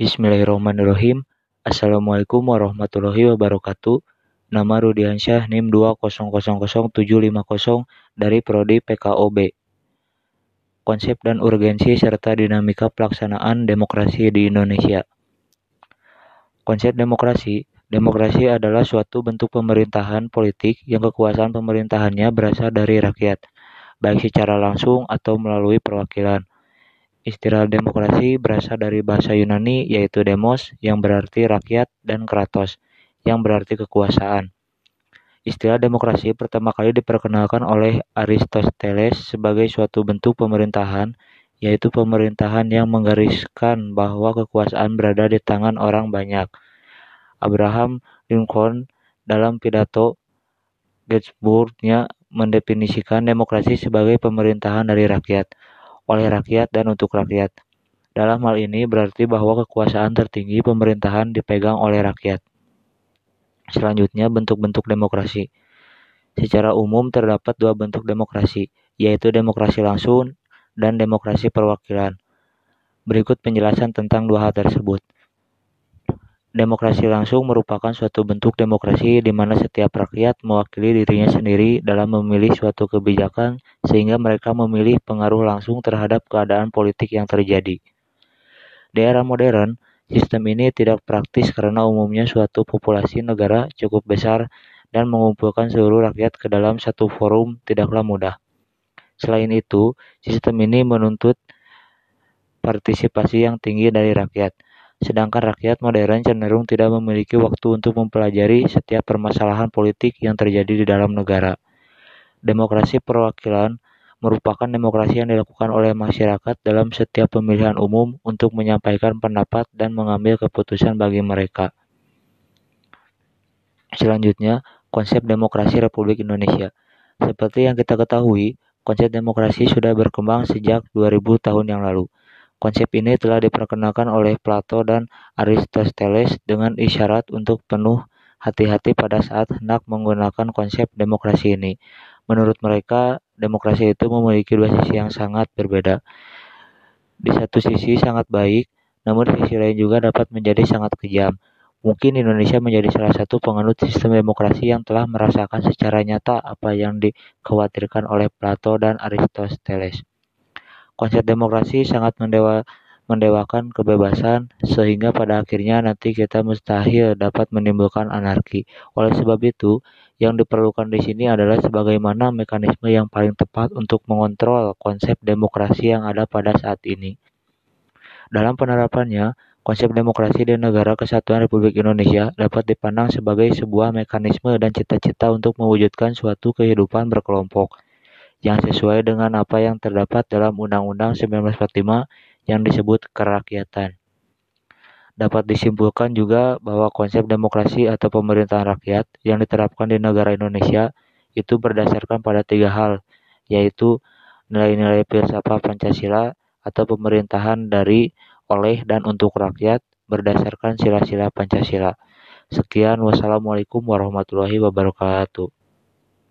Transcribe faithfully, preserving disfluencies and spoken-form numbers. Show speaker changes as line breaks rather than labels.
Bismillahirrahmanirrahim. Assalamualaikum warahmatullahi wabarakatuh. Nama Rudiansyah, NIM dua nol nol nol tujuh lima nol dari Prodi P K O B. Konsep dan urgensi serta dinamika pelaksanaan demokrasi di Indonesia. Konsep demokrasi. Demokrasi adalah suatu bentuk pemerintahan politik yang kekuasaan pemerintahannya berasal dari rakyat, baik secara langsung atau melalui perwakilan. Istilah demokrasi berasal dari bahasa Yunani yaitu demos yang berarti rakyat dan kratos yang berarti kekuasaan. Istilah demokrasi pertama kali diperkenalkan oleh Aristoteles sebagai suatu bentuk pemerintahan, yaitu pemerintahan yang menggariskan bahwa kekuasaan berada di tangan orang banyak. Abraham Lincoln dalam pidato Gettysburg-nya mendefinisikan demokrasi sebagai pemerintahan dari rakyat, oleh rakyat dan untuk rakyat. Dalam hal ini berarti bahwa kekuasaan tertinggi pemerintahan dipegang oleh rakyat. Selanjutnya, bentuk-bentuk demokrasi. Secara umum terdapat dua bentuk demokrasi, yaitu demokrasi langsung dan demokrasi perwakilan. Berikut penjelasan tentang dua hal tersebut. Demokrasi langsung merupakan suatu bentuk demokrasi di mana setiap rakyat mewakili dirinya sendiri dalam memilih suatu kebijakan sehingga mereka memilih pengaruh langsung terhadap keadaan politik yang terjadi. Di era modern, sistem ini tidak praktis karena umumnya suatu populasi negara cukup besar dan mengumpulkan seluruh rakyat ke dalam satu forum tidaklah mudah. Selain itu, sistem ini menuntut partisipasi yang tinggi dari rakyat. Sedangkan rakyat modern cenderung tidak memiliki waktu untuk mempelajari setiap permasalahan politik yang terjadi di dalam negara. Demokrasi perwakilan merupakan demokrasi yang dilakukan oleh masyarakat dalam setiap pemilihan umum untuk menyampaikan pendapat dan mengambil keputusan bagi mereka. Selanjutnya, konsep demokrasi Republik Indonesia. Seperti yang kita ketahui, konsep demokrasi sudah berkembang sejak dua ribu tahun yang lalu. Konsep ini telah diperkenalkan oleh Plato dan Aristoteles dengan isyarat untuk penuh hati-hati pada saat hendak menggunakan konsep demokrasi ini. Menurut mereka, demokrasi itu memiliki dua sisi yang sangat berbeda. Di satu sisi sangat baik, namun di sisi lain juga dapat menjadi sangat kejam. Mungkin Indonesia menjadi salah satu penganut sistem demokrasi yang telah merasakan secara nyata apa yang dikhawatirkan oleh Plato dan Aristoteles. Konsep demokrasi sangat mendewa, mendewakan kebebasan, sehingga pada akhirnya nanti kita mustahil dapat menimbulkan anarki. Oleh sebab itu, yang diperlukan di sini adalah sebagaimana mekanisme yang paling tepat untuk mengontrol konsep demokrasi yang ada pada saat ini. Dalam penerapannya, konsep demokrasi di Negara Kesatuan Republik Indonesia dapat dipandang sebagai sebuah mekanisme dan cita-cita untuk mewujudkan suatu kehidupan berkelompok yang sesuai dengan apa yang terdapat dalam Undang-Undang seribu sembilan ratus empat puluh lima yang disebut kerakyatan. Dapat disimpulkan juga bahwa konsep demokrasi atau pemerintahan rakyat yang diterapkan di negara Indonesia itu berdasarkan pada tiga hal, yaitu nilai-nilai filsafat Pancasila atau pemerintahan dari, oleh, dan untuk rakyat berdasarkan sila-sila Pancasila. Sekian, wassalamualaikum warahmatullahi wabarakatuh.